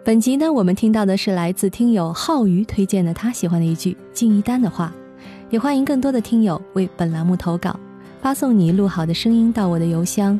本集呢，我们听到的是来自听友浩宇推荐的他喜欢的一句敬一丹的话，也欢迎更多的听友为本栏目投稿，发送你录好的声音到我的邮箱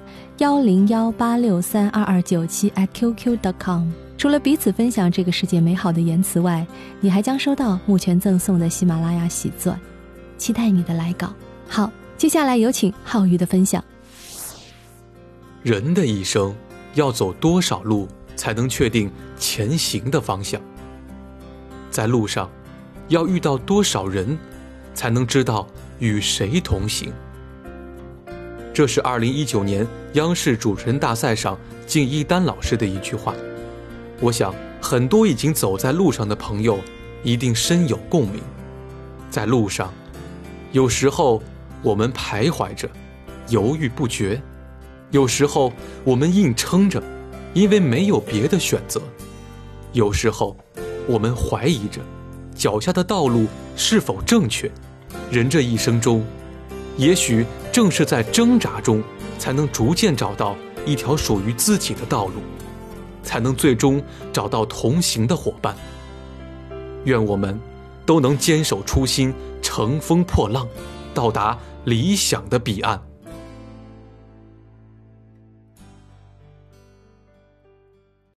10186322297@qq.com。除了彼此分享这个世界美好的言辞外，你还将收到目前赠送的喜马拉雅喜钻，期待你的来稿。好，接下来有请浩宇的分享。 人的一生要走多少路才能确定前行的方向？在路上要遇到多少人才能知道与谁同行？这是2019年央视主持人大赛上敬一丹老师的一句话，我想很多已经走在路上的朋友一定深有共鸣。在路上，有时候我们徘徊着，犹豫不决；有时候我们硬撑着，因为没有别的选择；有时候我们怀疑着脚下的道路是否正确。人这一生中，也许正是在挣扎中，才能逐渐找到一条属于自己的道路，才能最终找到同行的伙伴。愿我们都能坚守初心，乘风破浪，到达理想的彼岸。